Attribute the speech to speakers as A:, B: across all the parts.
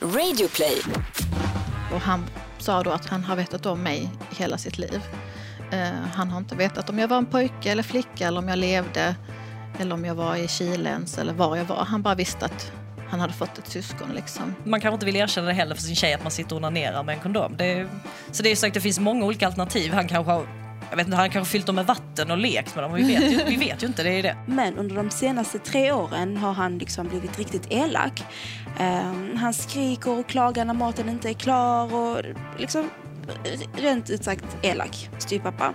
A: Radioplay.
B: Och han sa då att han har vetat om mig hela sitt liv. Han har inte vetat om jag var en pojke eller flicka eller om jag levde eller om jag var i Kilens eller var jag var. Han bara visste att han hade fått ett syskon liksom.
C: Man kanske inte vill erkänna det heller för sin tjej att man sitter och onanerar med en kondom. Så det är sagt, det finns många olika alternativ. Han kanske fyllt dem med vatten och lekt med dem. Vi vet ju inte, det är det.
D: Men under de senaste 3 åren har han liksom blivit riktigt elak. Han skriker och klagar när maten inte är klar och liksom rent ut sagt elak styvpappa.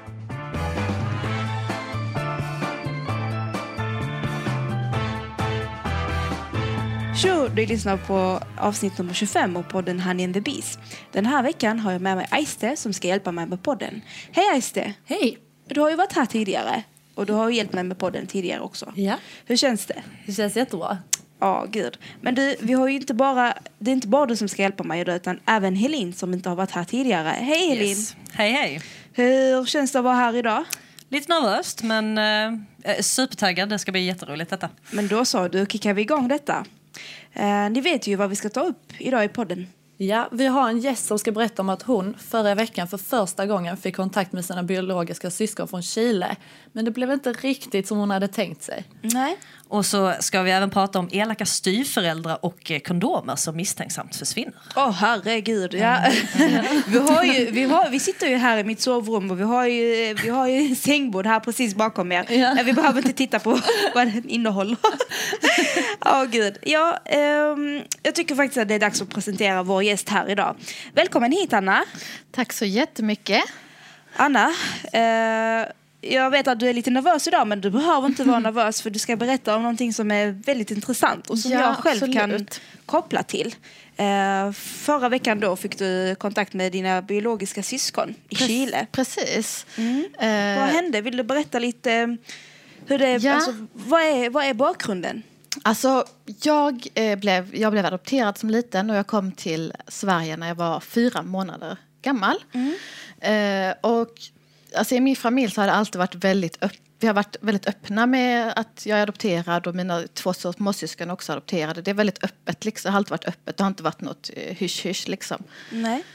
D: Tjo, du lyssnar på avsnitt nummer 25 och podden Honey and the Bees. Den här veckan har jag med mig Aiste som ska hjälpa mig med podden. Hej Aiste!
E: Hej!
D: Du har ju varit här tidigare och du har ju hjälpt mig med podden tidigare också.
E: Ja.
D: Hur känns det?
E: Det känns jättebra.
D: Ja, gud. Men du, vi har ju inte bara, det är inte bara du som ska hjälpa mig idag, utan även Helin som inte har varit här tidigare. Hej Helin!
C: Yes. Hej!
D: Hur känns det att vara här idag?
C: Lite nervöst, men supertaggad. Det ska bli jätteroligt detta.
D: Men då så, då kickar vi igång detta. Ni vet ju vad vi ska ta upp idag i podden.
E: Ja, vi har en gäst som ska berätta om att hon förra veckan för första gången fick kontakt med sina biologiska syskon från Chile. Men det blev inte riktigt som hon hade tänkt sig.
D: Nej.
C: Och så ska vi även prata om elaka styvföräldrar och kondomer som misstänksamt försvinner.
D: Herregud, ja. Vi sitter ju här i mitt sovrum och vi har ju sängbord här precis bakom er. Ja. Vi behöver inte titta på vad den innehåller. Gud. Ja, jag tycker faktiskt att det är dags att presentera vår gäst här idag. Välkommen hit, Anna.
B: Tack så jättemycket.
D: Anna, jag vet att du är lite nervös idag, men du behöver inte vara nervös för du ska berätta om någonting som är väldigt intressant och som jag själv kan koppla till. Förra veckan då fick du kontakt med dina biologiska syskon i Chile.
B: Precis.
D: Vad hände? Vill du berätta lite hur det är, alltså, vad är bakgrunden?
B: Alltså, jag blev adopterad som liten och jag kom till Sverige när jag var 4 månader gammal. Och alltså, i min familj så har det alltid varit vi har varit väldigt öppna med att jag är adopterad och mina 2 småsyskon också adopterade. Det är väldigt öppet, liksom. Det har alltid varit öppet. Det har inte varit något hysch-hysch liksom.
D: Nej.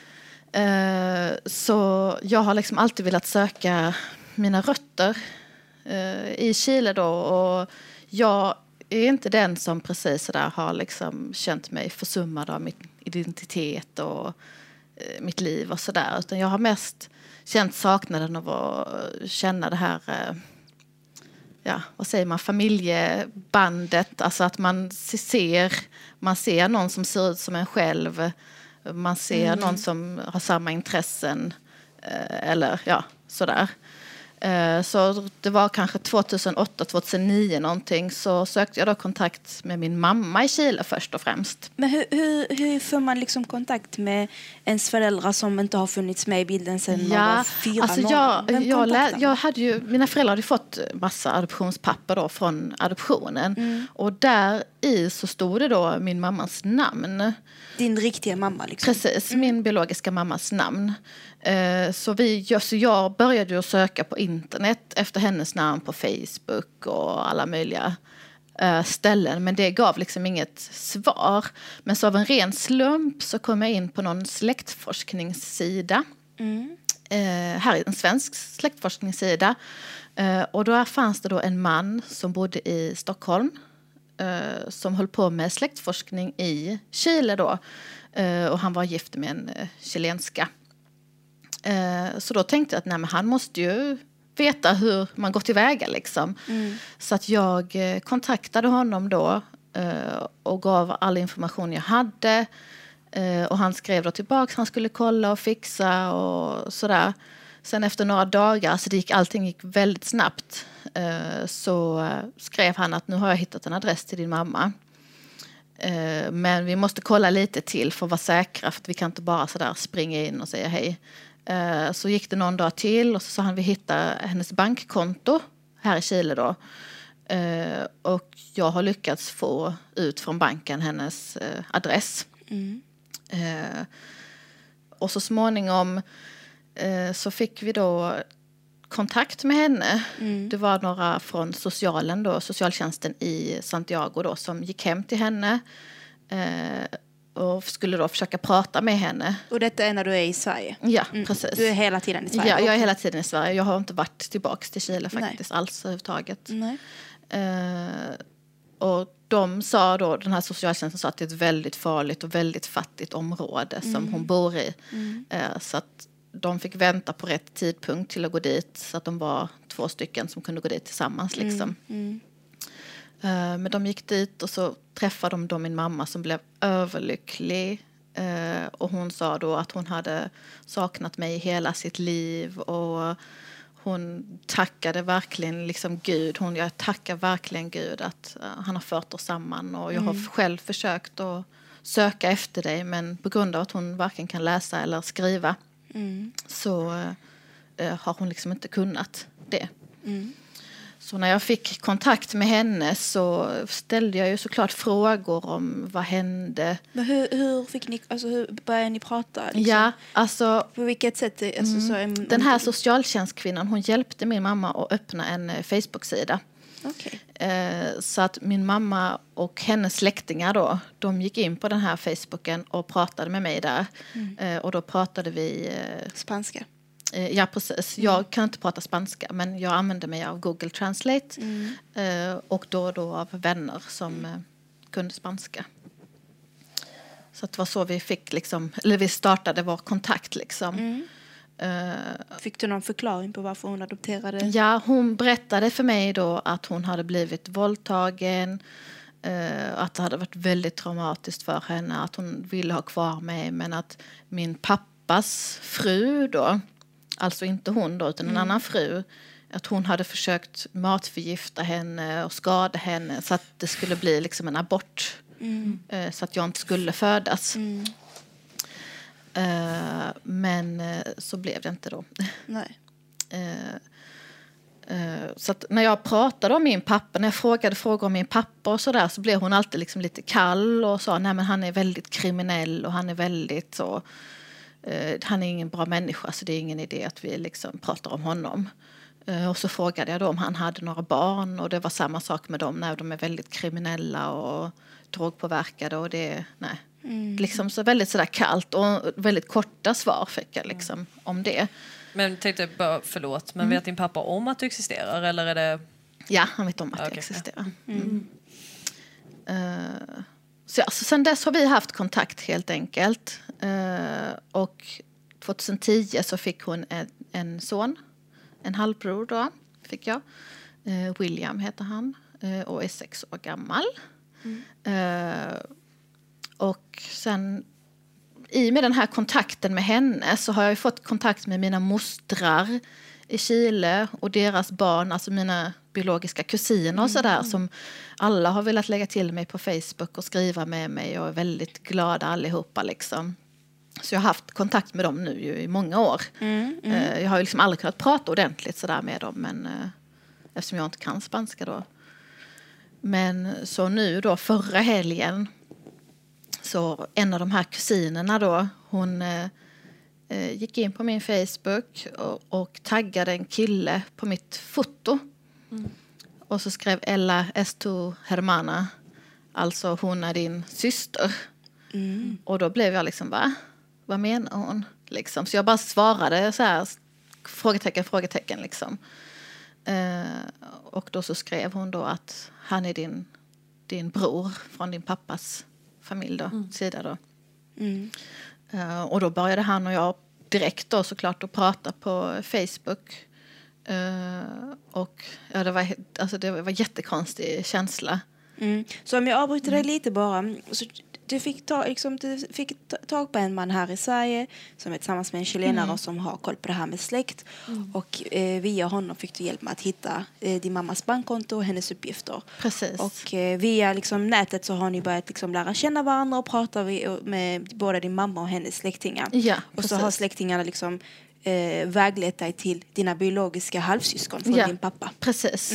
B: Så jag har liksom alltid velat söka mina rötter i Chile då. Och jag är inte den som precis så där har liksom känt mig försummad av min identitet och mitt liv och sådär. Utan jag har mest känt saknaden av att känna det här, vad säger man, familjebandet. Alltså att man ser någon som ser ut som en själv. Man ser någon som har samma intressen. Eller sådär. Så det var kanske 2008-2009 någonting, så sökte jag då kontakt med min mamma i Chile först och främst.
D: Men hur får man liksom kontakt med ens föräldrar som inte har funnits med i bilden sedan man var 4
B: alltså mina föräldrar hade fått massa adoptionspapper då från adoptionen. Och där i så stod det då min mammas namn.
D: Din riktiga mamma liksom?
B: Precis, min biologiska mammas namn. Så jag började ju söka på internet efter hennes namn på Facebook och alla möjliga ställen. Men det gav liksom inget svar. Men så av en ren slump så kom jag in på någon släktforskningssida. Här är en svensk släktforskningssida. Och då fanns det då en man som bodde i Stockholm. Som höll på med släktforskning i Chile då. Och han var gift med en chilenska. Så då tänkte jag att han måste ju veta hur man går tillväga liksom. Så att jag kontaktade honom då och gav all information jag hade. Och han skrev då tillbaka, han skulle kolla och fixa och sådär. Sen efter några dagar, så allting gick väldigt snabbt, så skrev han att nu har jag hittat en adress till din mamma. Men vi måste kolla lite till för att vara säkra, för vi kan inte bara sådär springa in och säga hej. Så gick det någon dag till och så sa han vi hittar hennes bankkonto här i Chile då. Och jag har lyckats få ut från banken hennes adress. Och så småningom så fick vi då kontakt med henne. Det var några från socialtjänsten i Santiago då, som gick hem till henne. och skulle då försöka prata med henne.
D: Och detta är när du är i Sverige?
B: Ja, precis.
D: Du är hela tiden i Sverige?
B: Ja, jag är hela tiden i Sverige. Jag har inte varit tillbaka till Chile faktiskt alls överhuvudtaget.
D: Nej.
B: Och de sa då, den här socialtjänsten sa att det är ett väldigt farligt och väldigt fattigt område som hon bor i. Så att de fick vänta på rätt tidpunkt till att gå dit. Så att de var 2 stycken som kunde gå dit tillsammans. Liksom. Men de gick dit och så träffade de då min mamma som blev överlycklig. Och hon sa då att hon hade saknat mig hela sitt liv. Och hon tackade verkligen liksom Gud. Jag tackar verkligen Gud att han har fört oss samman. Och jag har själv försökt att söka efter dig. Men på grund av att hon varken kan läsa eller skriva så har hon liksom inte kunnat det. Så när jag fick kontakt med henne så ställde jag ju såklart frågor om vad hände.
D: Men hur fick ni, alltså hur började ni prata? Liksom?
B: Ja, alltså
D: på vilket sätt? Alltså,
B: den här socialtjänstkvinnan, hon hjälpte min mamma att öppna en Facebook-sida.
D: Okay.
B: Så att min mamma och hennes släktingar då, de gick in på den här Facebooken och pratade med mig där. Och då pratade vi
D: spanska.
B: Ja, precis. Jag kan inte prata spanska, men jag använde mig av Google Translate och då av vänner som kunde spanska. Så det var så vi fick liksom, eller vi startade vår kontakt liksom.
D: Fick du någon förklaring på varför hon adopterade?
B: Ja, hon berättade för mig då att hon hade blivit våldtagen, att det hade varit väldigt traumatiskt för henne, att hon ville ha kvar mig, men att min pappas fru då, alltså inte hon då utan en annan fru, att hon hade försökt matförgifta henne och skada henne så att det skulle bli liksom en abort, så att jag inte skulle födas. Men så blev det inte då.
D: Nej.
B: Så att när jag pratade om min pappa, när jag frågade frågor om min pappa och sådär, så blev hon alltid liksom lite kall och sa nej men han är väldigt kriminell och han är väldigt så, han är ingen bra människa så det är ingen idé att vi liksom pratar om honom. Och så frågade jag då om han hade några barn och det var samma sak med dem, när de är väldigt kriminella och drogpåverkade och det, nej. Liksom så väldigt sådär kallt och väldigt korta svar fick jag liksom om det.
C: Men tänkte bara, förlåt, men vet din pappa om att du existerar eller är det...
B: Ja, han vet om att jag existerar. Så sen dess har vi haft kontakt helt enkelt. Och 2010 så fick hon en son, en halvbror då, fick jag. William heter han och är 6 år gammal. Och sen i med den här kontakten med henne så har jag ju fått kontakt med mina mostrar i Chile och deras barn, alltså mina biologiska kusiner och sådär, som alla har velat lägga till mig på Facebook och skriva med mig och är väldigt glada allihopa liksom. Så jag har haft kontakt med dem nu ju i många år. Jag har ju liksom aldrig kunnat prata ordentligt sådär med dem, men eftersom jag inte kan spanska då. Men så nu då förra helgen så en av de här kusinerna då, hon gick in på min Facebook och taggade en kille på mitt foto. Och så skrev Ella es tu hermana, alltså hon är din syster. Och då blev jag liksom, va? Vad menar hon? Liksom. Så jag bara svarade så här, frågetecken liksom. Och då så skrev hon då att han är din bror från din pappas familj då, sida då. Och då började han och jag direkt då såklart att prata på Facebook. Och ja, det var jättekonstig känsla.
D: Så om jag avbryter dig lite bara, så du fick tag på en man här i Sverige som är tillsammans med en chilenare som har koll på det här med släkt. Och via honom fick du hjälp med att hitta din mammas bankkonto och hennes uppgifter.
B: Precis.
D: Och via liksom nätet så har ni börjat liksom lära känna varandra och prata med både din mamma och hennes släktingar.
B: Ja,
D: och så har släktingarna liksom väglett dig till dina biologiska halvsyskon från din pappa.
B: Precis.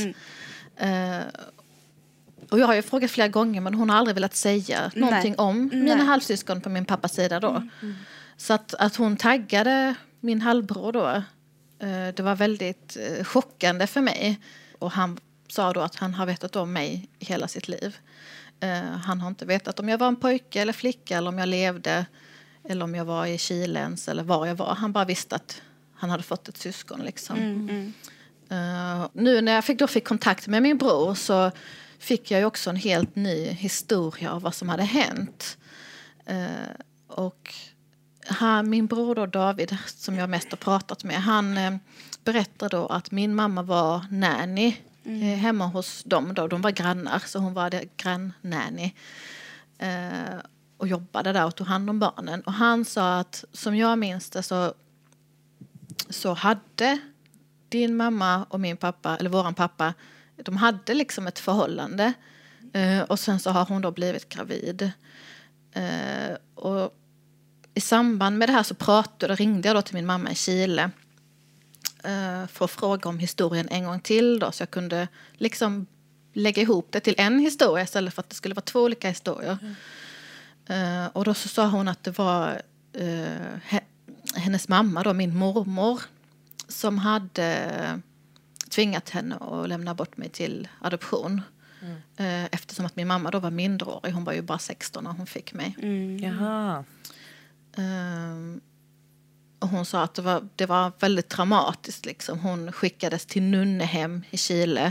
B: Och jag har ju frågat flera gånger, men hon har aldrig velat säga någonting om mina halvsyskon på min pappas sida då. Så att hon taggade min halvbror då, det var väldigt chockande för mig. Och han sa då att han har vetat om mig hela sitt liv. Han har inte vetat om jag var en pojke eller flicka eller om jag levde eller om jag var i Kilens eller var jag var. Han bara visste att han hade fått ett syskon liksom. Nu när jag fick kontakt med min bror så fick jag ju också en helt ny historia av vad som hade hänt. Och min bror då, David, som jag mest har pratat med, han berättade då att min mamma var nanny hemma hos dem då. De var grannar, så hon var grannnanny. Och jobbade där och tog hand om barnen. Och han sa att, som jag minns det, så hade din mamma och min pappa, eller våran pappa, de hade liksom ett förhållande. Och sen så har hon då blivit gravid. Och i samband med det här så ringde jag då till min mamma i Chile. För att fråga om historien en gång till då. Så jag kunde liksom lägga ihop det till en historia istället för att det skulle vara 2 olika historier. Och då så sa hon att det var hennes mamma då, min mormor, som hade tvingat henne att lämna bort mig till adoption. Eftersom att min mamma då var minderårig. Hon var ju bara 16 när hon fick mig.
C: Jaha.
B: Och hon sa att det var väldigt dramatiskt liksom. Hon skickades till nunnehem i Chile.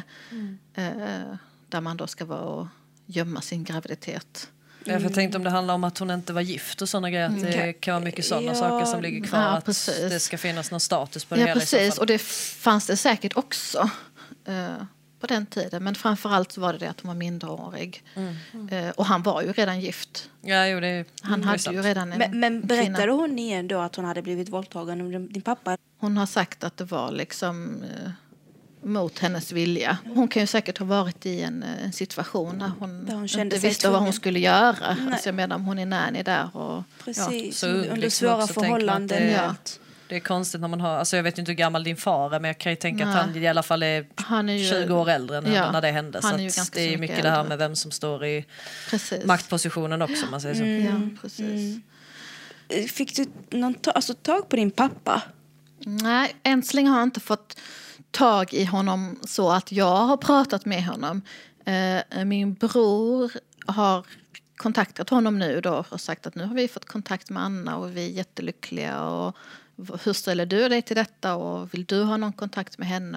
B: Där man då ska vara och gömma sin graviditet.
C: Jag tänkte om det handlar om att hon inte var gift och sådana grejer. Att det kan vara mycket sådana saker som ligger kvar.
B: Ja,
C: att
B: precis.
C: det ska finnas någon status på det
B: Ja,
C: hela.
B: precis. Och det fanns det säkert också på den tiden. Men framförallt så var det att hon var minderårig. Och han var ju redan gift.
C: Ja,
B: Han hade ju redan en
D: Men berättade
B: kvinna.
D: hon igen då att hon hade blivit våldtagen av din pappa?
B: Hon har sagt att det var liksom mot hennes vilja. Hon kan ju säkert ha varit i en situation där hon
D: kände
B: inte
D: sig
B: visste vad
D: tvungen.
B: hon skulle göra. Alltså, medan hon är nanny där. Och,
D: Precis,
C: Så ung,
D: under
C: liksom
D: svåra
C: också, tänker man att
D: förhållanden.
B: Ja.
C: Det är konstigt när man har, alltså jag vet inte hur gammal din far är, men jag kan ju tänka att han i alla fall är,
B: Han är ju,
C: 20 år äldre när det hände.
B: han
C: Så
B: är ju
C: att
B: ganska
C: det är
B: så
C: mycket
B: mycket
C: det här
B: äldre.
C: med vem som står i
B: precis.
C: maktpositionen också, om man säger så.
B: Ja, precis.
D: Fick du tag på din pappa?
B: Nej, än så länge har jag inte fått tag i honom så att jag har pratat med honom. Min bror har kontaktat honom nu då och sagt att nu har vi fått kontakt med Anna och vi är jättelyckliga. Och hur ställer du dig till detta och vill du ha någon kontakt med henne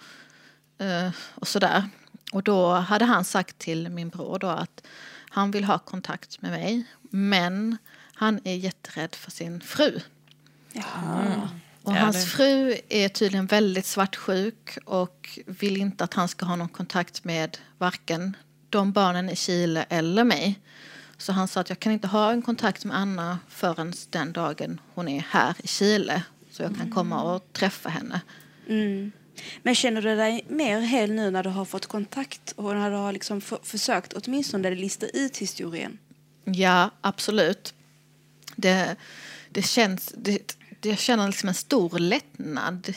B: och sådär. Och då hade han sagt till min bror då att han vill ha kontakt med mig, men han är jätterädd för sin fru. Och hans fru är tydligen väldigt svartsjuk och vill inte att han ska ha någon kontakt med varken de barnen i Chile eller mig. Så han sa att jag kan inte ha en kontakt med Anna förrän den dagen hon är här i Chile. Så jag kan komma och träffa henne.
D: Men känner du dig mer hel nu när du har fått kontakt och när du har liksom försökt åtminstone lista ut historien?
B: Ja, absolut. Det känns... Jag känner liksom en stor lättnad.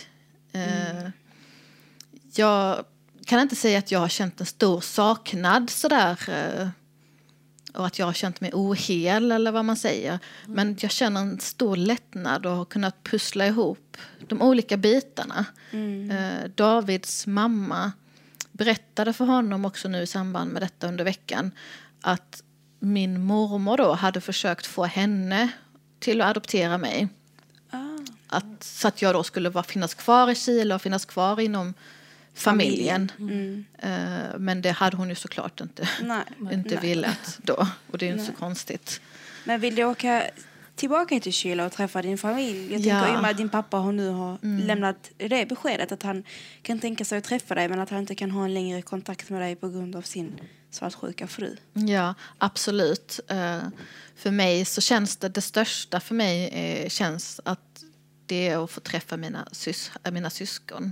B: Jag kan inte säga att jag har känt en stor saknad sådär. Och att jag har känt mig ohel eller vad man säger. Men jag känner en stor lättnad och har kunnat pussla ihop de olika bitarna. Davids mamma berättade för honom också nu i samband med detta under veckan. Att min mormor då hade försökt få henne till att adoptera mig. Så att jag då skulle finnas kvar i Chile och finnas kvar inom familjen. Men det hade hon ju såklart inte velat då. Och det är inte så konstigt.
D: Men vill du åka tillbaka till Chile och träffa din familj? Jag tänker ju med att din pappa nu har lämnat det beskedet att han kan tänka sig att träffa dig, men att han inte kan ha en längre kontakt med dig på grund av sin svartsjuka fru.
B: Ja, absolut. För mig så känns det största för mig känns att det är att få träffa mina syskon.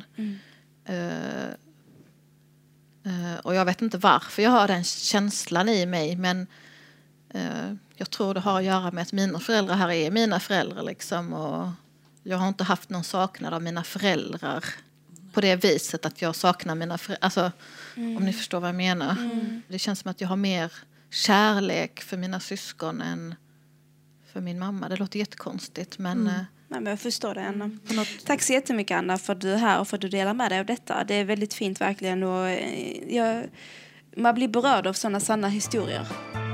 B: Och jag vet inte varför jag har den känslan i mig, men jag tror det har att göra med att mina föräldrar här är mina föräldrar liksom, och jag har inte haft någon saknad av mina föräldrar på det viset att jag saknar mina föräldrar, alltså, om ni förstår vad jag menar. Det känns som att jag har mer kärlek för mina syskon än för min mamma. Det låter jättekonstigt, men
D: Nej, men jag förstår det, Anna. Tack så jättemycket, Anna, för att du är här och för att du delar med dig av detta. Det är väldigt fint verkligen, och jag man blir berörd av sådana sanna historier.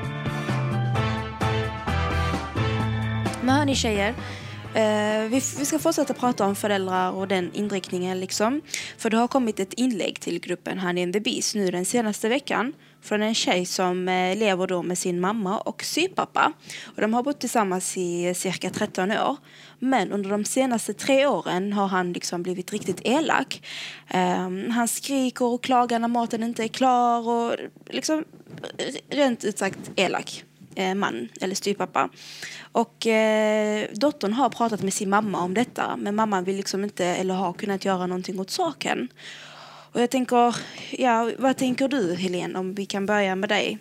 D: Men hörni tjejer, vi ska fortsätta prata om föräldrar och den inriktningen liksom. För det har kommit ett inlägg till gruppen Honey and the Beast nu den senaste veckan från en tjej som lever då med sin mamma och styvpappa. Och de har bott tillsammans i cirka 13 år. Men under de senaste 3 åren har han liksom blivit riktigt elak. Han skriker och klagar när maten inte är klar och liksom rent ut sagt elak. Man eller styvpappa. Och dottern har pratat med sin mamma om detta, men mamman vill liksom inte eller har kunnat göra någonting åt saken. Och jag tänker, vad tänker du Helene, om vi kan börja med dig?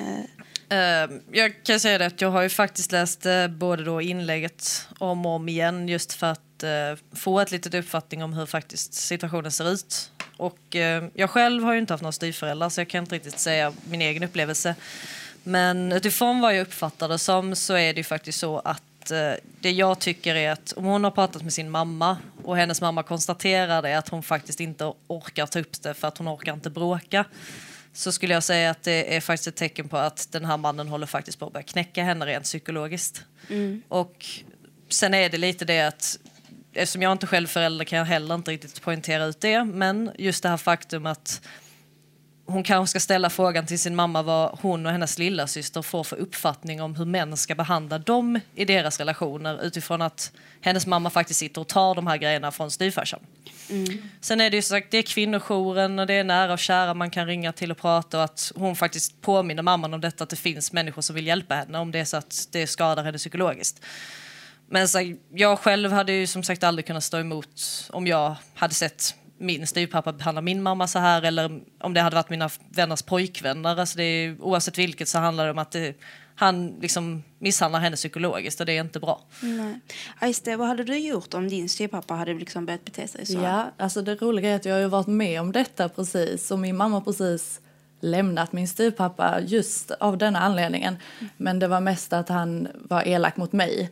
C: Jag kan säga det att jag har ju faktiskt läst både då inlägget om och om igen just för att få ett litet uppfattning om hur faktiskt situationen ser ut. Och jag själv har ju inte haft några styvföräldrar så jag kan inte riktigt säga min egen upplevelse. Men utifrån vad jag uppfattar det som så är det ju faktiskt så att det jag tycker är att om hon har pratat med sin mamma och hennes mamma konstaterar det att hon faktiskt inte orkar ta upp det för att hon orkar inte bråka, så skulle jag säga att det är faktiskt ett tecken på att den här mannen håller faktiskt på att börja knäcka henne rent psykologiskt. Och sen är det lite det att eftersom jag inte själv förälder kan jag heller inte riktigt poängtera ut det, men just det här faktum att hon kanske ska ställa frågan till sin mamma vad hon och hennes lilla syster får för uppfattning om hur män ska behandla dem i deras relationer utifrån att hennes mamma faktiskt sitter och tar de här grejerna från styvfarsan. Sen är det ju sagt, det är kvinnojouren och det är nära och kära man kan ringa till och prata och att hon faktiskt påminner mamman om detta, att det finns människor som vill hjälpa henne om det är så att det skadar henne psykologiskt. Men så, jag själv hade ju som sagt aldrig kunnat stå emot om jag hade sett min styvpappa behandlar min mamma så här eller om det hade varit mina vänners pojkvänner. Alltså det är, oavsett vilket så handlar det om att han liksom misshandlar henne psykologiskt och det är inte bra.
D: Nej. Aiste, vad hade du gjort om din styvpappa hade liksom börjat bete sig så?
E: Ja, alltså det roliga är att jag har ju varit med om detta precis och min mamma precis lämnat min styvpappa just av denna anledningen. Men det var mest att han var elak mot mig.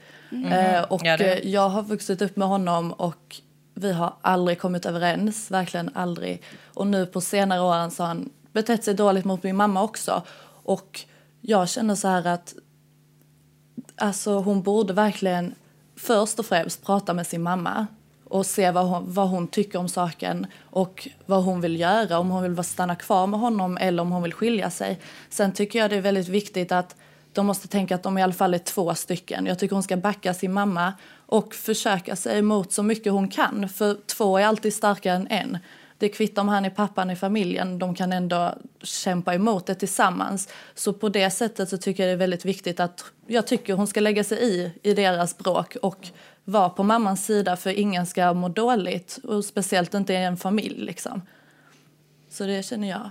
E: Jag har vuxit upp med honom och vi har aldrig kommit överens, verkligen aldrig. Och nu på senare åren så har han betett sig dåligt mot min mamma också. Och jag känner så här att alltså, hon borde verkligen först och främst prata med sin mamma och se vad hon tycker om saken och vad hon vill göra. Om hon vill stanna kvar med honom eller om hon vill skilja sig. Sen tycker jag det är väldigt viktigt att de måste tänka att de i alla fall är 2 stycken. Jag tycker hon ska backa sin mamma och försöka sig emot så mycket hon kan. För 2 är alltid starkare än 1. Det kvittar om han är pappan i familjen. De kan ändå kämpa emot det tillsammans. Så på det sättet så tycker jag det är väldigt viktigt att jag tycker hon ska lägga sig i deras bråk och vara på mammans sida för ingen ska må dåligt. Och speciellt inte i en familj liksom. Så det känner jag.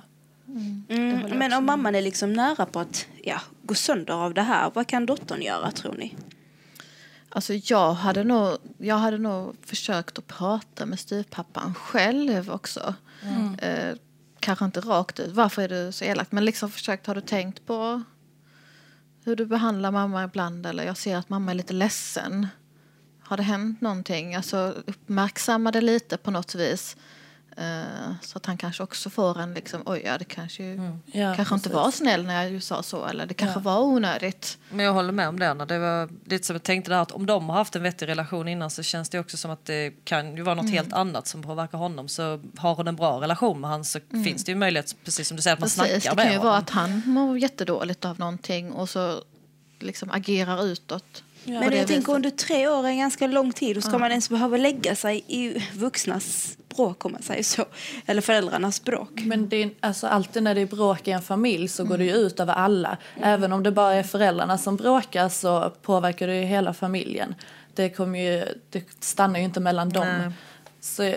D: Men om mamman är liksom nära på att gå sönder av det här, vad kan dottern göra tror ni?
B: Alltså jag hade nog försökt att prata med styvpappan själv också. Kanske inte rakt ut, varför är du så elak? Men liksom försökt, har du tänkt på hur du behandlar mamma ibland? Eller jag ser att mamma är lite ledsen. Har det hänt någonting? Alltså uppmärksamma det lite på något vis. Så att han kanske också får en liksom, det kanske kanske inte var snäll när jag sa så, eller det kanske var onödigt.
C: Men jag håller med om det. Det var lite som jag tänkte där, att om de har haft en vettig relation innan så känns det också som att det kan ju vara något helt annat som påverkar honom. Så har hon en bra relation med han så finns det ju möjlighet, precis som du säger, att man snackar med honom.
B: Det kan ju vara att han mår jättedåligt av någonting och så liksom agerar utåt.
D: Ja. Men jag tänker under 3 år är en ganska lång tid och ska man ens behöva lägga sig i vuxnas bråk om man säger så. Eller föräldrarnas bråk. Men
E: det är, alltså, alltid när det är bråk i en familj så går det ju ut över alla. Även om det bara är föräldrarna som bråkar så påverkar det ju hela familjen. Det stannar ju inte mellan dem. Så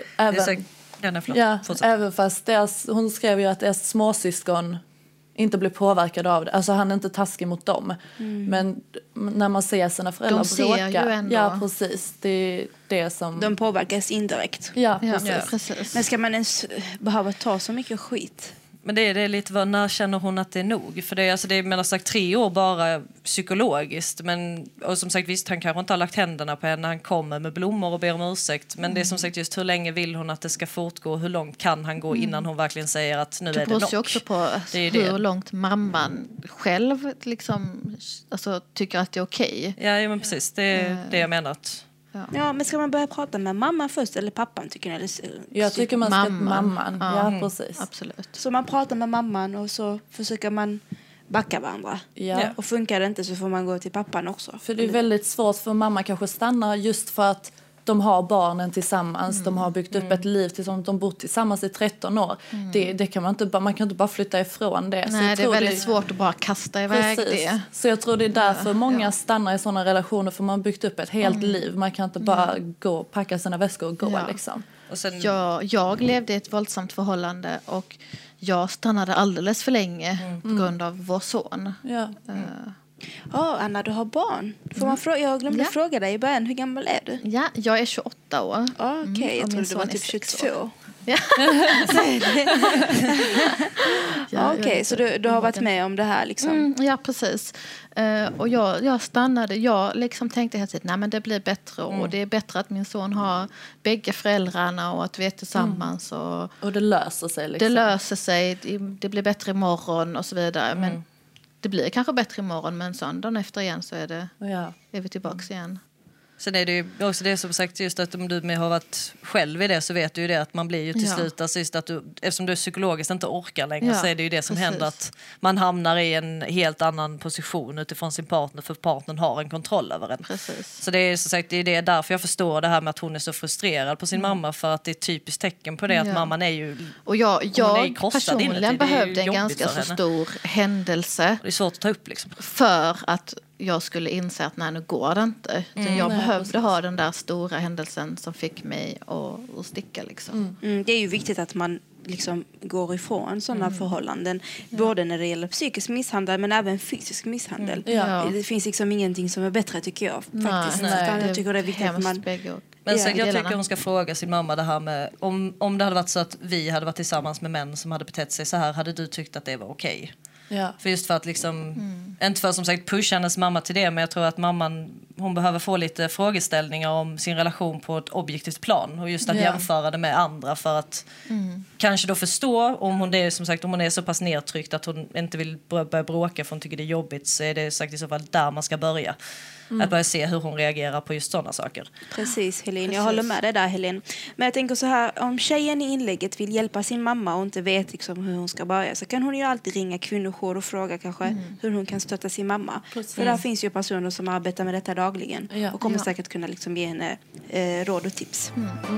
E: även fast hon skrev ju att deras småsyskon inte blir påverkade av det. Alltså han är inte taskig mot dem. Men när man ser sina föräldrar bråka. Ju ändå. Ja, precis. Det är det som...
D: De påverkas indirekt.
E: Ja, precis.
D: Men ska man ens behöva ta så mycket skit?
C: Men det är lite när känner hon att det är nog? För det är, alltså, det är mellan sagt 3 år bara psykologiskt. Men, och som sagt visst, han kanske inte har lagt händerna på henne. Han kommer med blommor och ber om ursäkt. Men det är som sagt just hur länge vill hon att det ska fortgå? Hur långt kan han gå innan hon verkligen säger att nu är det nog?
B: Det beror också på hur långt mamman själv liksom, alltså, tycker att det är okej.
C: Ja, men precis. Det är det jag menar.
D: Ja, men ska man börja prata med mamma först eller pappan tycker ni? Eller,
E: jag tycker man ska mamman. Ja, precis.
B: Absolut.
D: Så man pratar med mamman och så försöker man backa varandra.
E: Ja.
D: Och funkar det inte så får man gå till pappan också.
E: För det är väldigt svårt för mamma kanske stanna just för att de har barnen tillsammans. De har byggt upp ett liv tillsammans. De har bott tillsammans i 13 år. Det kan man kan inte bara flytta ifrån det.
B: Nej, det är väldigt svårt att bara kasta iväg det.
E: Så jag tror det är därför många stannar i sådana relationer. För man har byggt upp ett helt liv. Man kan inte bara gå och packa sina väskor och gå liksom.
C: Och sen...
B: jag levde i ett våldsamt förhållande och jag stannade alldeles för länge på grund av vår son.
E: Ja.
D: Anna, du har barn. Får man jag glömde fråga dig i början, hur gammal är du?
B: Ja, jag är 28 år.
D: Okej, jag trodde du var typ 22.
B: Ja.
D: Okej, så du har varit med om det här liksom?
B: Ja, precis. Och jag stannade. Jag liksom tänkte hela tiden, nej men det blir bättre. Och det är bättre att min son har bägge föräldrarna och att vi är tillsammans. Och
E: det löser sig liksom.
B: Det löser sig. Det blir bättre imorgon och så vidare. Men det blir kanske bättre imorgon, men söndagen efter igen så är vi tillbaka igen.
C: Sen är det ju också det som sagt, just att om du har varit själv i det så vet du ju det att man blir ju till slut, alltså just att du, eftersom du psykologiskt inte orkar längre så är det ju det som händer, att man hamnar i en helt annan position utifrån sin partner, för partnern har en kontroll över en.
B: Precis.
C: Så det är som sagt, det är därför jag förstår det här med att hon är så frustrerad på sin mamma, för att det är ett typiskt tecken på det att mamman är ju,
B: och jag personligen behövde en ganska så stor händelse.
C: Det är svårt att ta upp liksom.
B: För att jag skulle inse att nej, nu går det inte. Jag behövde ha den där stora händelsen som fick mig att sticka. Liksom.
D: Det är ju viktigt att man liksom går ifrån sådana förhållanden. Både när det gäller psykisk misshandel men även fysisk misshandel. Det finns liksom ingenting som är bättre tycker jag. Faktiskt. Jag tycker det är viktigt att man...
C: Men så jag tycker hon ska fråga sin mamma det här med om det hade varit så att vi hade varit tillsammans med män som hade betett sig så här, hade du tyckt att det var okej?
E: Ja.
C: För just för att liksom, inte för som sagt pusha hennes mamma till det, men jag tror att hon behöver få lite frågeställningar om sin relation på ett objektivt plan och just att jämföra det med andra, för att kanske då förstå om hon är, som sagt, om hon är så pass nedtryckt att hon inte vill börja bråka för hon tycker det är jobbigt, så är det sagt i så fall där man ska börja. Att börja se hur hon reagerar på just sådana saker.
D: Precis, Helene. Jag håller med dig där, Helene. Men jag tänker så här, om tjejen i inlägget vill hjälpa sin mamma och inte vet liksom hur hon ska börja, så kan hon ju alltid ringa kvinnojour och fråga kanske hur hon kan stötta sin mamma. Precis. För där finns ju personer som arbetar med detta dagligen och kommer säkert kunna liksom ge henne råd och tips.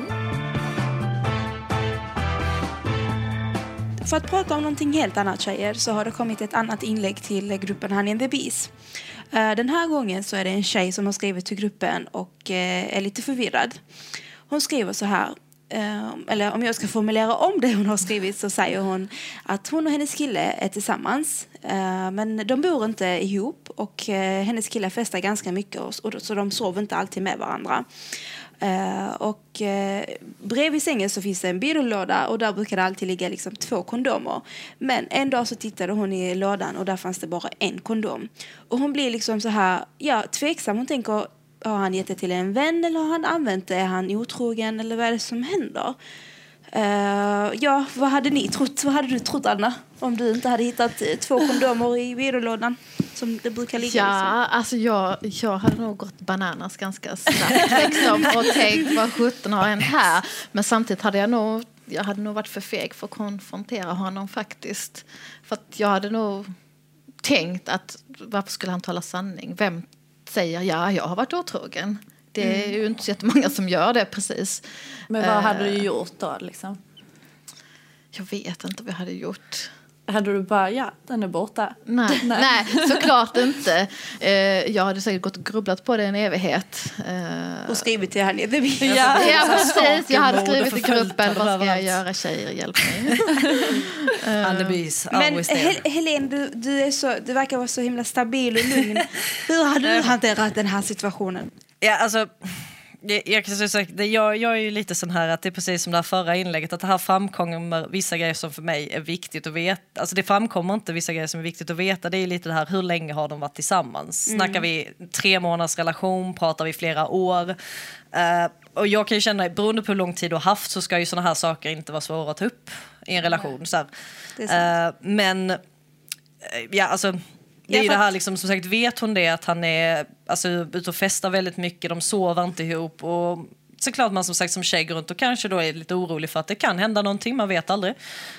D: För att prata om någonting helt annat, tjejer, så har det kommit ett annat inlägg till gruppen Honey and the Bees. Den här gången så är det en tjej som har skrivit till gruppen och är lite förvirrad. Hon skriver så här, eller om jag ska formulera om det hon har skrivit, så säger hon att hon och hennes kille är tillsammans, men de bor inte ihop och hennes kille festar ganska mycket så de sover inte alltid med varandra. Och bredvid sängen så finns det en byrålåda och där brukar det alltid ligga liksom 2 kondomer. Men en dag så tittade hon i lådan och där fanns det bara en kondom. Och hon blir liksom så här, tveksam. Hon tänker, har han gett det till en vän eller har han använt det? Är han otrogen eller vad är det som händer? Vad hade ni trott? Vad hade du trott, Anna? Om du inte hade hittat 2 kondomer i byrålådan som det brukar ligga.
B: Alltså jag hade nog gått bananas ganska snabbt liksom, och tänkt, vad 17 har en här? Men samtidigt hade jag hade nog varit för feg för att konfrontera honom faktiskt. För att jag hade nog tänkt att varför skulle han tala sanning? Vem säger jag har varit otrogen? Det är ju inte så jättemånga som gör det precis.
E: Men vad hade du gjort då liksom?
B: Jag vet inte vad jag hade gjort.
E: Hade du bara, den är borta?
B: Nej, såklart inte. Jag hade säkert gått och grubblat på det en evighet.
D: Och skrivit till henne.
B: Ja, precis. Jag hade skrivit i gruppen, vad ska jag göra, tjejer, hjälp mig.
D: Men Helene, du verkar vara så himla stabil och lugn. Hur hade du hanterat den här situationen?
C: Ja, alltså, Jag kan säga att jag är ju lite sån här att det är precis som det här förra inlägget, att det här framkommer vissa grejer som för mig är viktigt att veta. Alltså det framkommer inte vissa grejer som är viktigt att veta. Det är lite det här, hur länge har de varit tillsammans? Snackar vi 3 månaders relation? Pratar vi flera år? Och jag kan ju känna, beroende på hur lång tid du har haft, så ska ju såna här saker inte vara svåra att ta upp i en relation. Så men ja, alltså det är ju det här liksom, som sagt, vet hon det, att han är alltså ute och festar väldigt mycket, de sover inte ihop, och såklart man som sagt som tjej går runt och kanske då är lite orolig för att det kan hända någonting, man vet aldrig.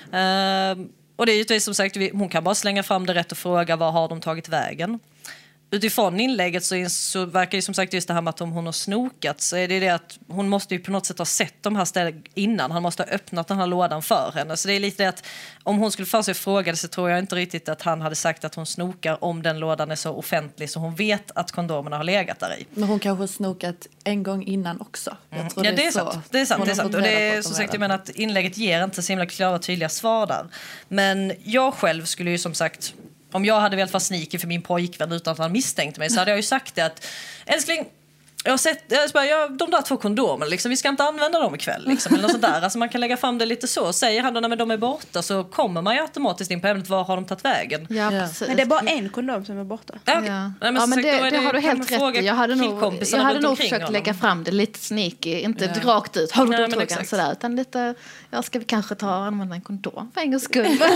C: Och det är ju som sagt, hon kan bara slänga fram det rätt och fråga, vad har de tagit vägen? Utifrån inlägget så verkar det som sagt just det här med att om hon har snokat, så är det att hon måste ju på något sätt ha sett de här ställena innan. Han måste ha öppnat den här lådan för henne. Så det är lite det att om hon skulle för sig fråga det, så tror jag inte riktigt att han hade sagt att hon snokar om den lådan är så offentlig så hon vet att kondomerna har legat där i.
E: Men hon kanske har snokat en gång innan också. Jag tror
C: Ja, det är sant. Det är sant. Och det är som sagt, jag menar att inlägget ger inte så himla klara och tydliga svar där. Men jag själv skulle ju som sagt, om jag hade velat vara sneaky för min pojkvän utan att han misstänkte mig, så hade jag ju sagt det att älskling, jag har sett de där 2 kondomer liksom, vi ska inte använda dem ikväll liksom, eller något sånt där. Alltså man kan lägga fram det lite så. Säger han då när de är borta, så kommer man ju automatiskt in på ämnet, var har de tagit vägen?
B: Ja, precis.
D: Men det är bara en kondom som är borta.
B: Ja, men det har du helt rätt i. Jag hade nog försökt lägga fram det lite sneaky, inte rakt ut. Har du otrogen sådär, utan lite, ska vi kanske ta och använda en kondom för en gångs skull.
C: Lite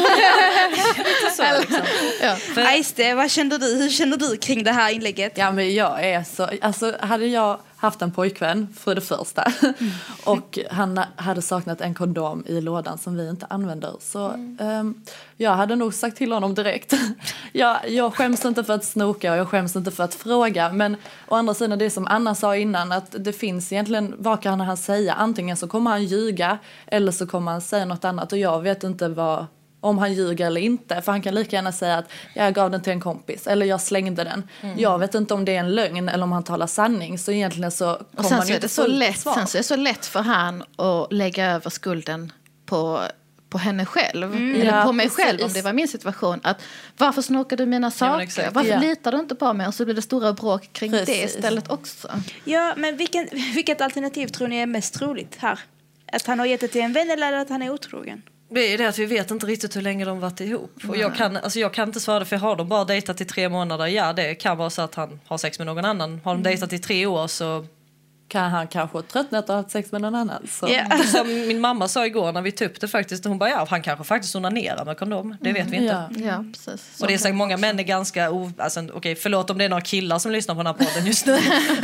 C: så liksom.
D: Aiste, vad kände du? Hur kände du kring det här inlägget?
E: Ja, men jag är så, alltså hade jag haft en pojkvän för det första och han hade saknat en kondom i lådan som vi inte använder, så jag hade nog sagt till honom direkt. Jag skäms inte för att snoka och jag skäms inte för att fråga, men å andra sidan, det som Anna sa innan, att det finns egentligen, vad kan han säga? Antingen så kommer han ljuga eller så kommer han säga något annat, och jag vet inte om han ljuger eller inte. För han kan lika gärna säga att jag gav den till en kompis, eller jag slängde den. Jag vet inte om det är en lögn eller om han talar sanning. Så egentligen så kommer man inte få ett svar.
B: Sen så är det så lätt för han att lägga över skulden på henne själv. Eller på mig själv, om det var min situation. Att, varför snokar du mina saker? Varför litar du inte på mig? Och så blir det stora bråk kring det istället också.
D: Ja, men vilket alternativ tror ni är mest troligt här? Att han har gett det till en vän, eller att han är otrogen?
C: Det är det att vi vet inte riktigt hur länge de varit ihop. Och jag kan inte svara det, för har de bara dejtat i 3 månader, ja, det kan vara så att han har sex med någon annan. Har de dejtat i 3 år, så
E: kan han kanske tröttnat och ha sex med någon annan. Så.
C: Som min mamma sa igår när vi tog upp det faktiskt, hon bara, han kanske faktiskt onanerar med kondom. Det vet vi inte.
B: Ja, precis.
C: Och det är så många män är ganska okej, förlåt om det är några killar som lyssnar på den här podden just nu.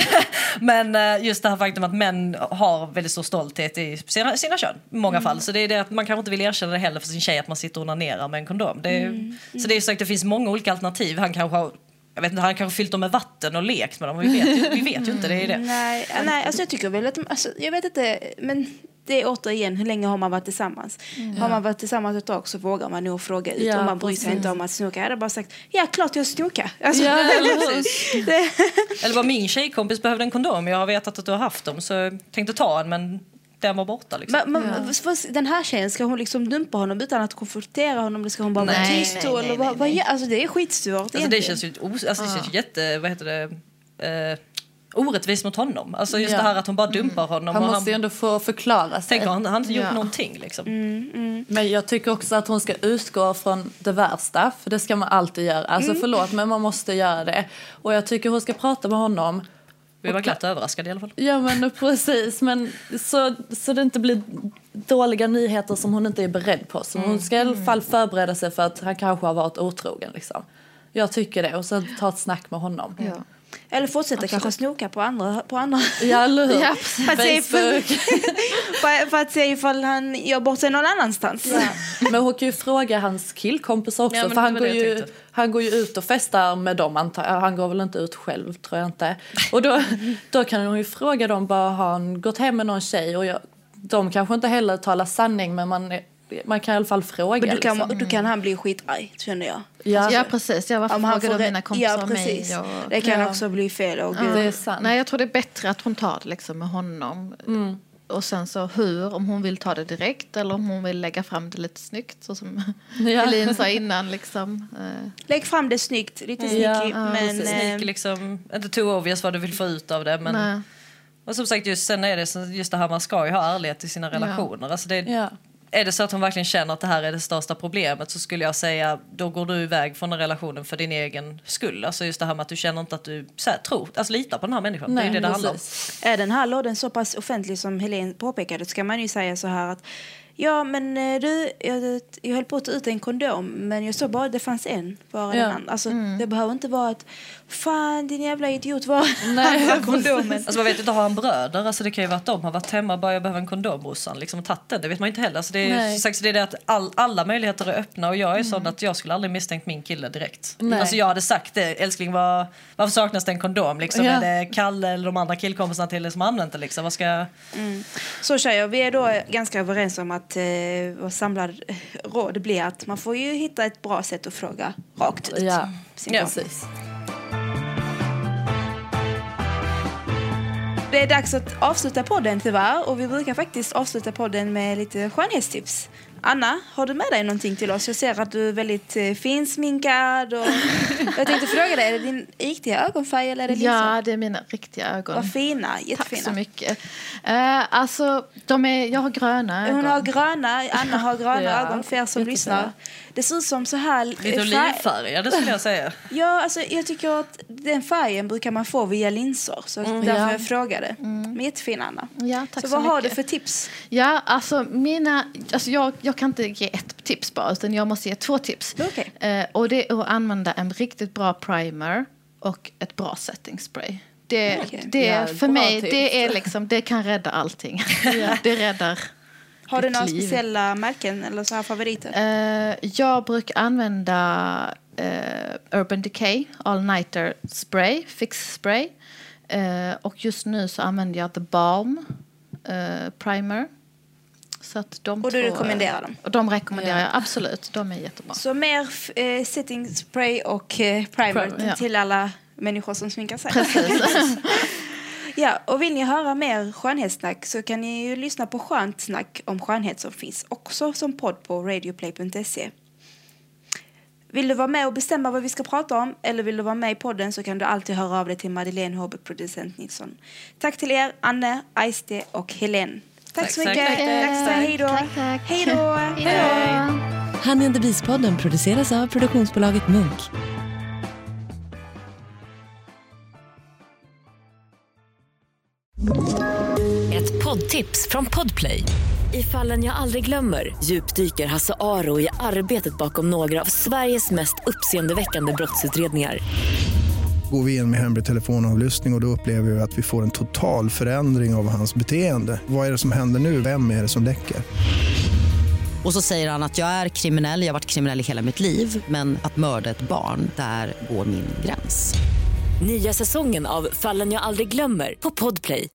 C: Men just det här faktum att män har väldigt stor stolthet i sina kön i många fall. Så det är det att man kanske inte vill erkänna det heller för sin tjej, att man sitter och onanerar med en kondom. Så det är så att det finns många olika alternativ. Han kanske har, jag vet inte, han kanske fyllt dem med vatten och lekt med dem. Vi vet ju inte, det är det.
D: Nej, alltså jag tycker väl att, jag vet inte, men det är återigen, hur länge har man varit tillsammans? Har man varit tillsammans ett tag, så vågar man nog fråga ut. Och man bryr sig inte om att snoka. Jag hade bara sagt, ja, klart jag snokar. Alltså,
C: eller vad, min tjejkompis behövde en kondom. Jag har vetat att du har haft dem, så jag tänkte ta en, men den var borta liksom.
D: Den här tjejen, ska hon liksom dumpa honom utan att konfrontera honom? Eller ska hon bara vara tyst? Nej. Alltså det är skitstort.
C: Alltså det känns ju jätte, vad heter det, orättvist mot honom. Alltså just det här att hon bara dumpar honom.
E: Han måste ju ändå få förklara sig.
C: Tänk, han har inte gjort någonting liksom.
E: Men jag tycker också att hon ska utgå från det värsta, för det ska man alltid göra. Alltså förlåt, men man måste göra det. Och jag tycker hon ska prata med honom.
C: Vi var glatt överraskade i alla fall.
E: Ja, men precis. Men så det inte blir dåliga nyheter som hon inte är beredd på. Så hon ska i alla fall förbereda sig för att han kanske har varit otrogen. Liksom. Jag tycker det. Och så ta ett snack med honom.
B: Ja.
D: Eller fortsätta kanske snoka på andra.
E: Ja, eller hur?
B: Ja,
D: för att se ifall han gör bort sig någon annanstans.
E: Ja. Men hon kan ju fråga hans killkompis också.
C: Ja,
E: för han går ju ut och festar med dem, antar jag. Han går väl inte ut själv, tror jag inte. Och då kan hon ju fråga dem, bara, har han gått hem med någon tjej? Och de kanske inte heller talar sanning, men man kan i alla fall fråga.
D: Men då kan han bli skitarg, känner jag.
B: Ja, precis. Varför frågar du mina kompisar mig?
D: Det kan också bli fel.
E: Det är sant.
B: Nej, jag tror det är bättre att hon tar det liksom med honom. Och sen så om hon vill ta det direkt eller om hon vill lägga fram det lite snyggt, så som Elin sa innan liksom.
D: Lägg fram det snyggt, lite sneaky, men
C: sneaky liksom, inte too obvious vad du vill få ut av det, men Och som sagt, sen är det just det här, man ska ju ha ärlighet i sina relationer. Alltså är det så att hon verkligen känner att det här är det största problemet, så skulle jag säga, då går du iväg från den relationen för din egen skull. Alltså just det här med att du känner inte att du litar på den här människan.
E: Nej,
C: det är det handlar om.
D: Är den här lådan så pass offentlig som Helene påpekade, ska man ju säga så här att ja, men jag höll på att ta ut en kondom, men jag såg bara att det fanns en. Bara den andra. Alltså, det behöver inte vara att fan, din jävla idiot var andra kondomen.
C: Alltså man vet inte, har han bröder? Alltså det kan ju vara att de har varit hemma och bara, jag behöver en kondom, brorsan. Liksom tatt den, det vet man inte heller. Alltså det är det att alla möjligheter är öppna, och jag är sån att jag skulle aldrig misstänkt min kille direkt. Alltså jag hade sagt det, älskling, varför saknas det en kondom? Liksom, är det Kalle eller de andra killkompisarna till det som använt det? Liksom? Vad ska...
D: Så tjejer, vi är då ganska överens om att vår samlade råd blir att man får ju hitta ett bra sätt att fråga rakt ut.
E: Ja,
D: Ja.
E: precis.
D: Det är dags att avsluta podden tyvärr, och vi brukar faktiskt avsluta podden med lite skönhetstips. Anna, har du med dig någonting till oss? Jag ser att du är väldigt finsminkad. Och jag tänkte fråga dig, är det din riktiga ögonfärg eller är det linser?
B: Ja, det är mina riktiga ögon.
D: Vad fina, jättefina.
B: Tack så mycket. Alltså, jag har gröna ögon.
D: Hon har gröna, Anna har gröna ögon, för er som lyssnar. Det ser ut som så här...
C: Lite olivfärgade skulle jag säga.
D: Ja, alltså jag tycker att den färgen brukar man få via linser. Så därför jag frågade. Men jättefina, Anna.
B: Ja, tack
D: så vad
B: mycket.
D: har du för tips?
B: Ja, alltså jag kan inte ge ett tips bara, utan jag måste ge 2 tips.
D: Okay.
B: Och det är att använda en riktigt bra primer och ett bra setting spray. För mig, det är liksom, det kan rädda allting. Det räddar.
D: Har du några speciella märken eller så här favoriter?
B: Jag brukar använda Urban Decay All Nighter Spray, Fix Spray. Och just nu så använder jag The Balm Primer. Så att
D: och du rekommenderar dem?
B: Och de rekommenderar jag, absolut. De är jättebra.
D: Så mer setting spray och primer till alla människor som sminkar sig.
B: Precis.
D: Ja, och vill ni höra mer skönhetssnack så kan ni ju lyssna på Skönt snack om skönhet som finns också som podd på radioplay.se. Vill du vara med och bestämma vad vi ska prata om, eller vill du vara med i podden, så kan du alltid höra av dig till Madeleine Håbe, producent Nilsson. Tack till er, Anne, Aiste och Helene. Tack så mycket. Tack. Hej då. Hej då.
A: Honey and the Beast-podden produceras av produktionsbolaget Munk. Ett poddtips från Podplay. I Fallen jag aldrig glömmer djupdyker Hasse Aro i arbetet bakom några av Sveriges mest uppseendeväckande brottsutredningar.
F: Går vi in med hemlig telefonavlyssning och då upplever vi att vi får en total förändring av hans beteende. Vad är det som händer nu? Vem är det som läcker?
G: Och så säger han att jag är kriminell, jag har varit kriminell i hela mitt liv. Men att mörda ett barn, där går min gräns.
A: Nya säsongen av Fallen jag aldrig glömmer på Podplay.